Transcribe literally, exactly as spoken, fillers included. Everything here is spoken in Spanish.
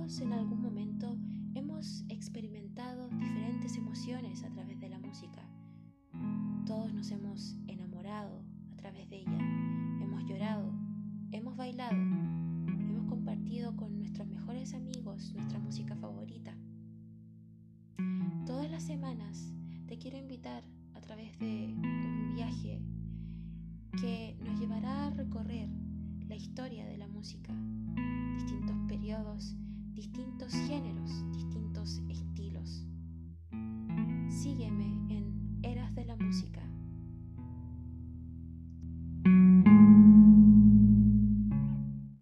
Todos en algún momento hemos experimentado diferentes emociones a través de la música. Todos nos hemos enamorado a través de ella, hemos llorado, hemos bailado, hemos compartido con nuestros mejores amigos nuestra música favorita. Todas las semanas te quiero invitar a través de un viaje que nos llevará a recorrer la historia de la música, distintos periodos, distintos géneros